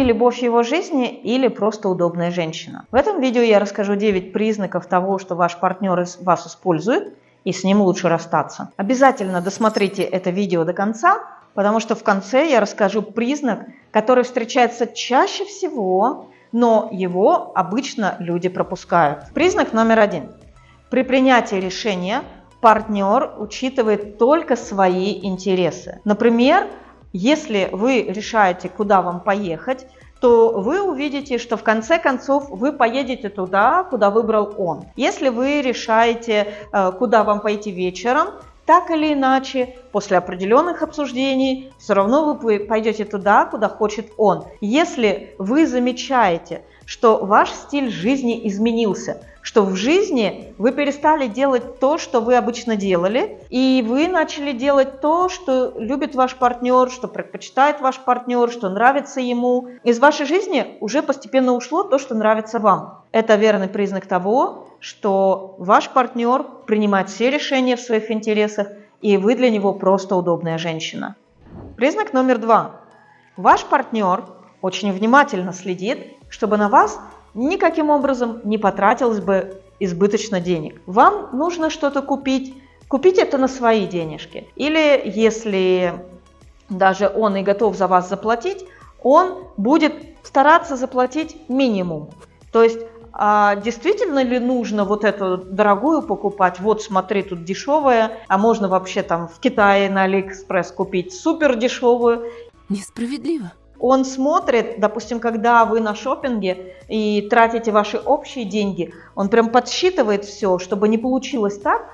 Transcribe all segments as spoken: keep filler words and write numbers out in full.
вы любовь его жизни или просто удобная женщина? В этом видео я расскажу девять признаков того, что ваш партнер вас использует, и с ним лучше расстаться. Обязательно досмотрите это видео до конца, потому что в конце я расскажу признак, который встречается чаще всего, но его обычно люди пропускают. Признак номер один. При принятии решения партнер учитывает только свои интересы. Например, если вы решаете, куда вам поехать, то вы увидите, что в конце концов вы поедете туда, куда выбрал он. Если вы решаете, куда вам пойти вечером, так или иначе, после определенных обсуждений, все равно вы пойдете туда, куда хочет он. Если вы замечаете, что ваш стиль жизни изменился, что в жизни вы перестали делать то, что вы обычно делали, и вы начали делать то, что любит ваш партнер, что предпочитает ваш партнер, что нравится ему. Из вашей жизни уже постепенно ушло то, что нравится вам. Это верный признак того, что ваш партнер принимает все решения в своих интересах, и вы для него просто удобная женщина. Признак номер два. Ваш партнер очень внимательно следит, чтобы на вас никаким образом не потратилось бы избыточно денег. Вам нужно что-то купить, купить это на свои денежки. Или если даже он и готов за вас заплатить, он будет стараться заплатить минимум. То есть, а действительно ли нужно вот эту дорогую покупать? Вот смотри, тут дешевая, а можно вообще там в Китае на Алиэкспресс купить супер дешевую. Несправедливо. Он смотрит, допустим, когда вы на шопинге и тратите ваши общие деньги, он прям подсчитывает все, чтобы не получилось так,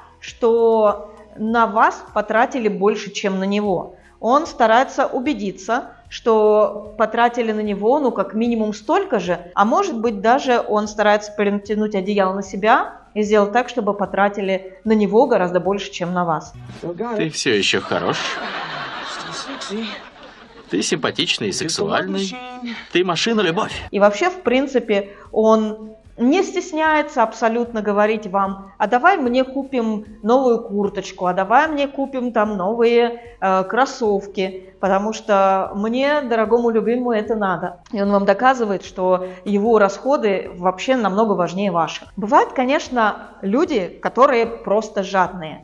что на вас потратили больше, чем на него. Он старается убедиться, что потратили на него, ну, как минимум столько же, а может быть, даже он старается перетянуть одеяло на себя и сделать так, чтобы потратили на него гораздо больше, чем на вас. Ты все еще хорош. Ты симпатичный и сексуальный. Ты машина-любовь. И вообще, в принципе, он не стесняется абсолютно говорить вам: а давай мне купим новую курточку, а давай мне купим там новые э, кроссовки, потому что мне, дорогому любимому, это надо. И он вам доказывает, что его расходы вообще намного важнее ваших. Бывают, конечно, люди, которые просто жадные.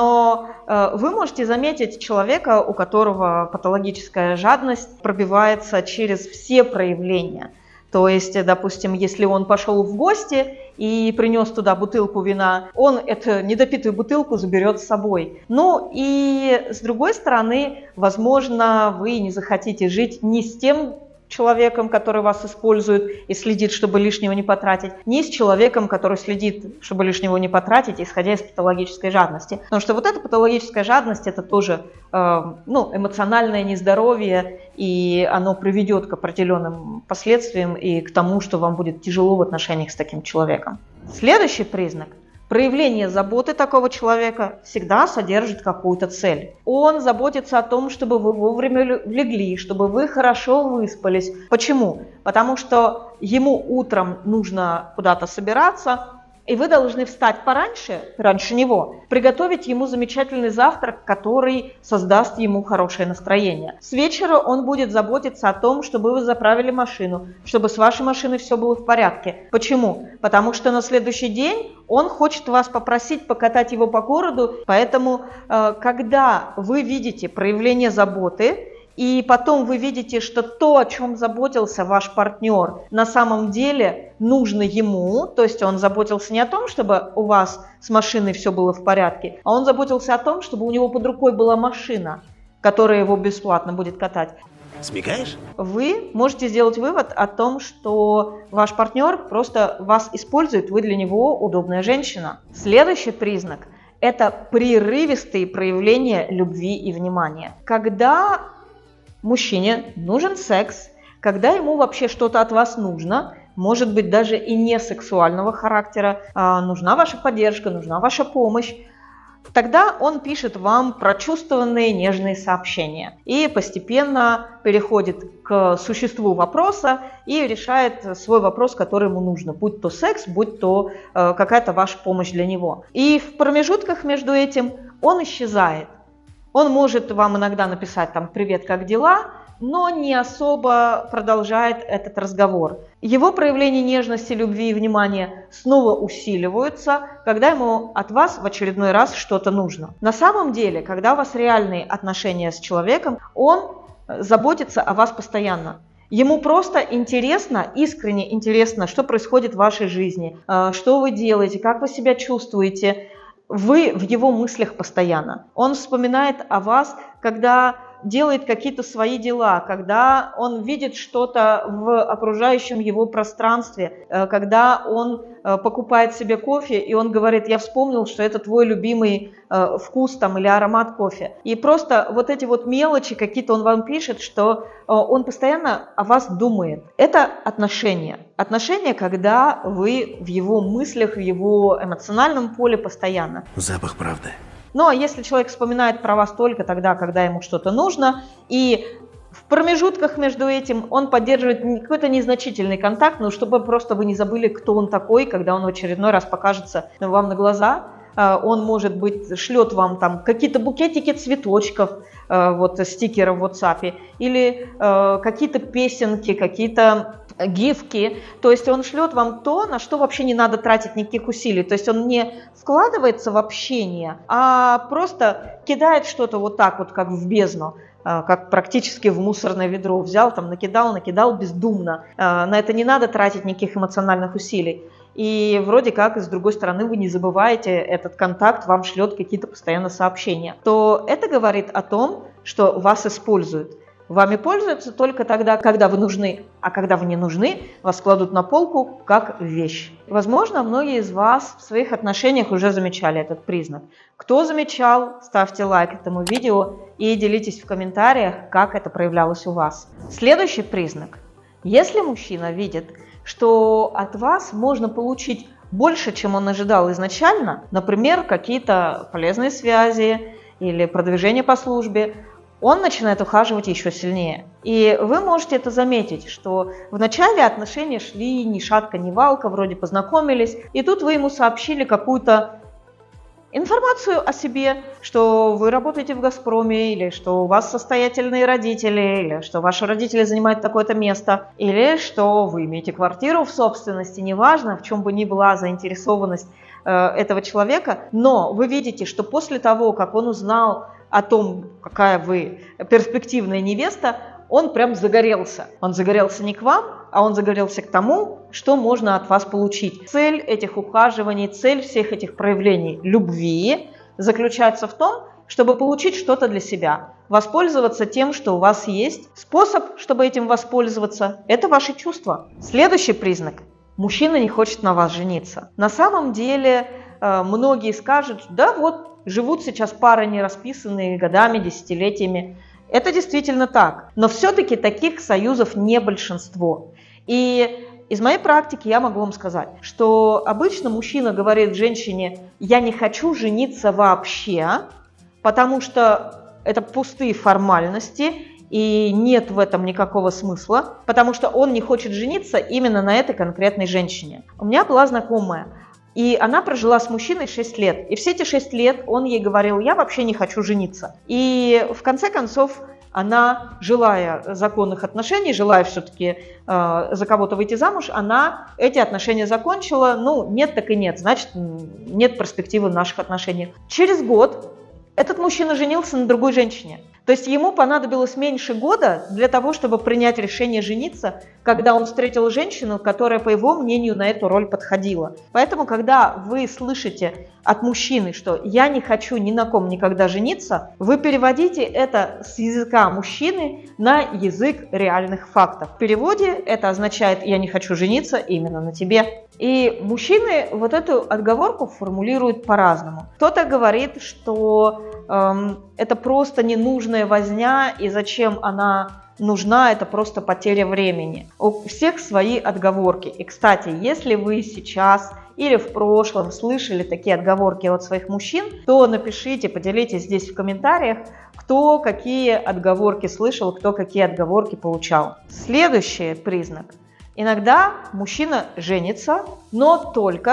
Но э, вы можете заметить человека, у которого патологическая жадность пробивается через все проявления. То есть, допустим, если он пошел в гости и принес туда бутылку вина, он эту недопитую бутылку заберет с собой. Ну и с другой стороны, возможно, вы не захотите жить ни с тем человеком, который вас использует и следит, чтобы лишнего не потратить, не с человеком, который следит, чтобы лишнего не потратить, исходя из патологической жадности. Потому что вот эта патологическая жадность, это тоже э, ну, эмоциональное нездоровье, и оно приведет к определенным последствиям и к тому, что вам будет тяжело в отношениях с таким человеком. Следующий признак. Проявление заботы такого человека всегда содержит какую-то цель. Он заботится о том, чтобы вы вовремя легли, чтобы вы хорошо выспались. Почему? Потому что ему утром нужно куда-то собираться, и вы должны встать пораньше, раньше него, приготовить ему замечательный завтрак, который создаст ему хорошее настроение. С вечера он будет заботиться о том, чтобы вы заправили машину, чтобы с вашей машиной все было в порядке. Почему? Потому что на следующий день он хочет вас попросить покатать его по городу, поэтому, когда вы видите проявление заботы, и потом вы видите, что то, о чем заботился ваш партнер, на самом деле нужно ему, то есть он заботился не о том, чтобы у вас с машиной все было в порядке, а он заботился о том, чтобы у него под рукой была машина, которая его бесплатно будет катать. Смекаешь? Вы можете сделать вывод о том, что ваш партнер просто вас использует, вы для него удобная женщина. Следующий признак – это прерывистые проявления любви и внимания. Когда мужчине нужен секс, когда ему вообще что-то от вас нужно, может быть даже и не сексуального характера, а нужна ваша поддержка, нужна ваша помощь, тогда он пишет вам прочувствованные нежные сообщения и постепенно переходит к существу вопроса и решает свой вопрос, который ему нужно, будь то секс, будь то э, какая-то ваша помощь для него. И в промежутках между этим он исчезает. Он может вам иногда написать там «Привет, как дела?», но не особо продолжает этот разговор. Его проявление нежности, любви и внимания снова усиливаются, когда ему от вас в очередной раз что-то нужно. На самом деле, когда у вас реальные отношения с человеком, он заботится о вас постоянно. Ему просто интересно, искренне интересно, что происходит в вашей жизни, что вы делаете, как вы себя чувствуете. Вы в его мыслях постоянно. Он вспоминает о вас, когда делает какие-то свои дела, когда он видит что-то в окружающем его пространстве, когда он покупает себе кофе, и он говорит: я вспомнил, что это твой любимый вкус там, или аромат кофе. И просто вот эти вот мелочи какие-то он вам пишет, что он постоянно о вас думает. Это отношения. Отношения, когда вы в его мыслях, в его эмоциональном поле постоянно. Запах правды. Но если человек вспоминает про вас только тогда, когда ему что-то нужно, и в промежутках между этим он поддерживает какой-то незначительный контакт, ну, чтобы просто вы не забыли, кто он такой, когда он в очередной раз покажется вам на глаза, он, может быть, шлет вам там какие-то букетики цветочков, вот стикеры в WhatsApp, или какие-то песенки, какие-то гифки, то есть он шлет вам то, на что вообще не надо тратить никаких усилий, то есть он не вкладывается в общение, а просто кидает что-то вот так вот, как в бездну, как практически в мусорное ведро взял, там накидал, накидал бездумно, на это не надо тратить никаких эмоциональных усилий. И вроде как, с другой стороны, вы не забываете этот контакт, вам шлет какие-то постоянно сообщения. То это говорит о том, что вас используют. Вами пользуются только тогда, когда вы нужны, а когда вы не нужны, вас кладут на полку как вещь. Возможно, многие из вас в своих отношениях уже замечали этот признак. Кто замечал, ставьте лайк этому видео и делитесь в комментариях, как это проявлялось у вас. Следующий признак. Если мужчина видит, что от вас можно получить больше, чем он ожидал изначально, например, какие-то полезные связи или продвижение по службе, он начинает ухаживать еще сильнее. И вы можете это заметить, что в начале отношения шли ни шатка, ни валка, вроде познакомились, и тут вы ему сообщили какую-то информацию о себе, что вы работаете в «Газпроме», или что у вас состоятельные родители, или что ваши родители занимают такое-то место, или что вы имеете квартиру в собственности, неважно, в чем бы ни была заинтересованность э, этого человека, но вы видите, что после того, как он узнал о том, какая вы перспективная невеста, он прям загорелся. Он загорелся не к вам, а он загорелся к тому, что можно от вас получить. Цель этих ухаживаний, цель всех этих проявлений любви заключается в том, чтобы получить что-то для себя, воспользоваться тем, что у вас есть. Способ, чтобы этим воспользоваться, это ваши чувства. Следующий признак. Мужчина не хочет на вас жениться. На самом деле многие скажут: да вот, живут сейчас пары не расписанные годами, десятилетиями. Это действительно так. Но все-таки таких союзов не большинство. И из моей практики я могу вам сказать, что обычно мужчина говорит женщине: я не хочу жениться вообще, потому что это пустые формальности, и нет в этом никакого смысла, потому что он не хочет жениться именно на этой конкретной женщине. У меня была знакомая, и она прожила с мужчиной шесть лет. И все эти шесть лет он ей говорил: я вообще не хочу жениться. И в конце концов она, желая законных отношений, желая все-таки э, за кого-то выйти замуж, она эти отношения закончила. Ну, нет так и нет, значит, нет перспективы в наших отношениях. Через год этот мужчина женился на другой женщине. То есть ему понадобилось меньше года для того, чтобы принять решение жениться, когда он встретил женщину, которая, по его мнению, на эту роль подходила. Поэтому, когда вы слышите от мужчины, что «я не хочу ни на ком никогда жениться», вы переводите это с языка мужчины на язык реальных фактов. В переводе это означает «я не хочу жениться именно на тебе». И мужчины вот эту отговорку формулируют по-разному. Кто-то говорит, что эм, это просто ненужная возня, и зачем она нужна, это просто потеря времени. У всех свои отговорки. И, кстати, если вы сейчас или в прошлом слышали такие отговорки от своих мужчин, то напишите, поделитесь здесь в комментариях, кто какие отговорки слышал, кто какие отговорки получал. Следующий признак. Иногда мужчина женится, но только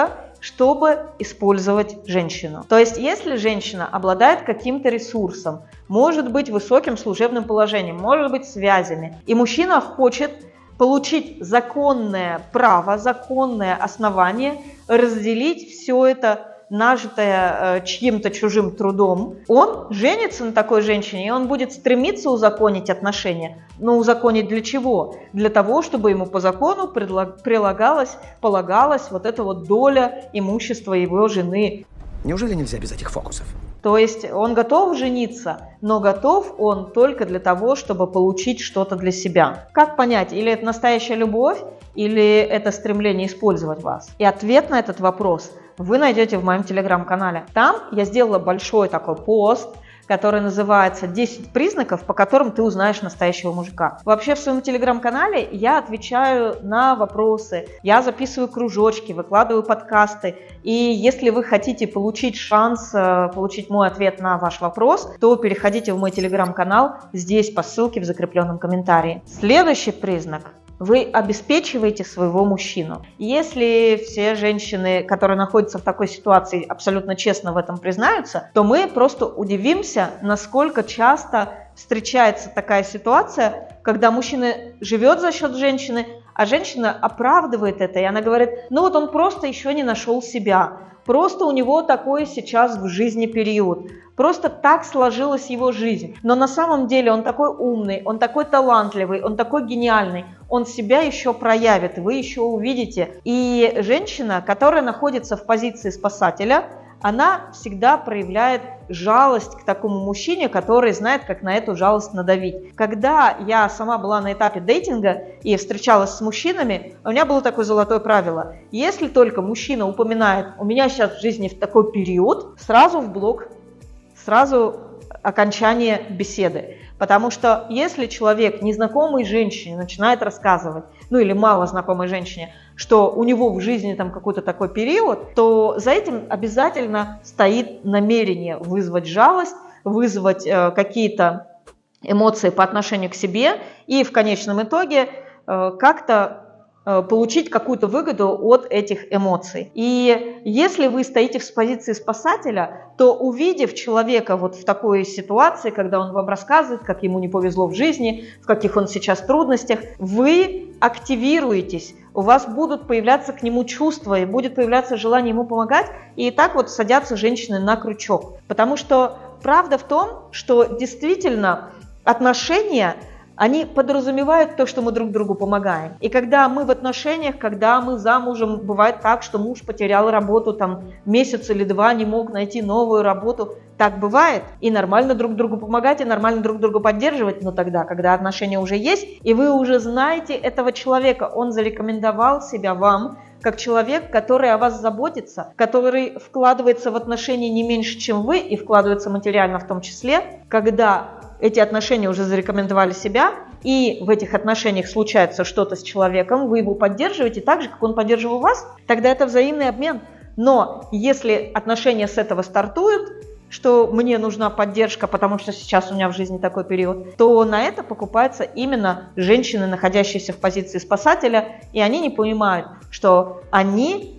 чтобы использовать женщину. То есть, если женщина обладает каким-то ресурсом, может быть высоким служебным положением, может быть связями, и мужчина хочет получить законное право, законное основание, разделить все это нажитое э, чьим-то чужим трудом, он женится на такой женщине, и он будет стремиться узаконить отношения. Но узаконить для чего? Для того, чтобы ему по закону прилагалась, полагалась вот эта вот доля имущества его жены. Неужели нельзя без этих фокусов? То есть он готов жениться, но готов он только для того, чтобы получить что-то для себя. Как понять, или это настоящая любовь, или это стремление использовать вас? И ответ на этот вопрос вы найдете в моем телеграм-канале. Там я сделала большой такой пост, который называется десять признаков, по которым ты узнаешь настоящего мужика. Вообще в своем телеграм-канале я отвечаю на вопросы, я записываю кружочки, выкладываю подкасты. И если вы хотите получить шанс получить мой ответ на ваш вопрос, то переходите в мой телеграм-канал здесь по ссылке в закрепленном комментарии. Следующий признак. Вы обеспечиваете своего мужчину. Если все женщины, которые находятся в такой ситуации, абсолютно честно в этом признаются, то мы просто удивимся, насколько часто встречается такая ситуация, когда мужчина живет за счет женщины, а женщина оправдывает это, и она говорит, ну вот он просто еще не нашел себя, просто у него такой сейчас в жизни период, просто так сложилась его жизнь. Но на самом деле он такой умный, он такой талантливый, он такой гениальный, он себя еще проявит, вы еще увидите. И женщина, которая находится в позиции спасателя, она всегда проявляет жалость к такому мужчине, который знает, как на эту жалость надавить. Когда я сама была на этапе дейтинга и встречалась с мужчинами, у меня было такое золотое правило. Если только мужчина упоминает, у меня сейчас в жизни в такой период, сразу в блок, сразу окончание беседы. Потому что если человек незнакомой женщине начинает рассказывать, ну или мало знакомой женщине, что у него в жизни там какой-то такой период, то за этим обязательно стоит намерение вызвать жалость, вызвать э, какие-то эмоции по отношению к себе и в конечном итоге э, как-то получить какую-то выгоду от этих эмоций. И если вы стоите в позиции спасателя, то увидев человека вот в такой ситуации, когда он вам рассказывает, как ему не повезло в жизни, в каких он сейчас трудностях, вы активируетесь, у вас будут появляться к нему чувства и будет появляться желание ему помогать, и так вот садятся женщины на крючок. Потому что правда в том, что действительно отношения они подразумевают то, что мы друг другу помогаем. И когда мы в отношениях, когда мы замужем, бывает так, что муж потерял работу, там месяц или два не мог найти новую работу. Так бывает. И нормально друг другу помогать, и нормально друг друга поддерживать. Но тогда, когда отношения уже есть, и вы уже знаете этого человека, он зарекомендовал себя вам, как человек, который о вас заботится, который вкладывается в отношения не меньше, чем вы, и вкладывается материально в том числе, когда эти отношения уже зарекомендовали себя, и в этих отношениях случается что-то с человеком, вы его поддерживаете так же, как он поддерживал вас, тогда это взаимный обмен. Но если отношения с этого стартуют, что мне нужна поддержка, потому что сейчас у меня в жизни такой период, то на это покупаются именно женщины, находящиеся в позиции спасателя, и они не понимают, что они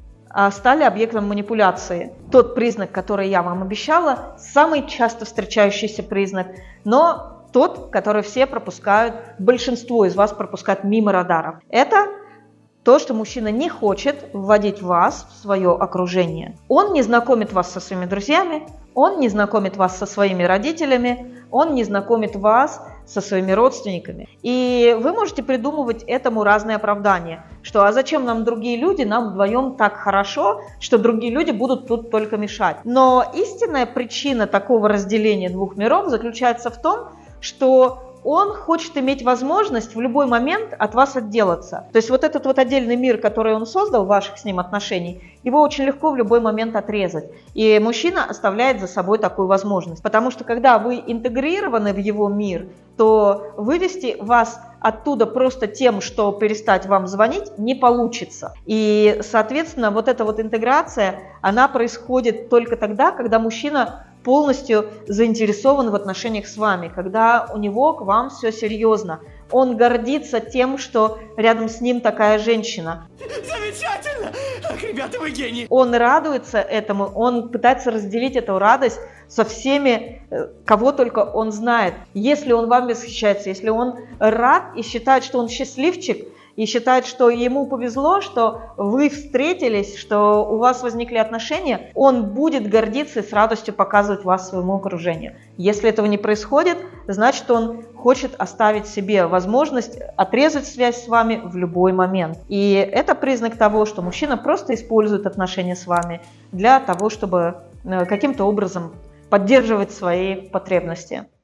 стали объектом манипуляции. Тот признак, который я вам обещала, самый часто встречающийся признак, но тот, который все пропускают, большинство из вас пропускают мимо радаров. Это то, что мужчина не хочет вводить вас в свое окружение. Он не знакомит вас со своими друзьями, он не знакомит вас со своими родителями, он не знакомит вас со своими родственниками. И вы можете придумывать этому разные оправдания, что а зачем нам другие люди, нам вдвоем так хорошо, что другие люди будут тут только мешать. Но истинная причина такого разделения двух миров заключается в том, что он хочет иметь возможность в любой момент от вас отделаться. То есть вот этот вот отдельный мир, который он создал, ваших с ним отношений, его очень легко в любой момент отрезать. И мужчина оставляет за собой такую возможность. Потому что когда вы интегрированы в его мир, то вывести вас оттуда просто тем, что перестать вам звонить, не получится. И, соответственно, вот эта вот интеграция, она происходит только тогда, когда мужчина полностью заинтересован в отношениях с вами, когда у него к вам все серьезно. Он гордится тем, что рядом с ним такая женщина. Замечательно! Гениально! Ах, ребята, вы гении! Он радуется этому, он пытается разделить эту радость со всеми, э, кого только он знает. Если он вам восхищается, если он рад и считает, что он счастливчик, и считает, что ему повезло, что вы встретились, что у вас возникли отношения, он будет гордиться и с радостью показывать вас своему окружению. Если этого не происходит, значит, он хочет оставить себе возможность отрезать связь с вами в любой момент. И это признак того, что мужчина просто использует отношения с вами для того, чтобы каким-то образом поддерживать свои потребности.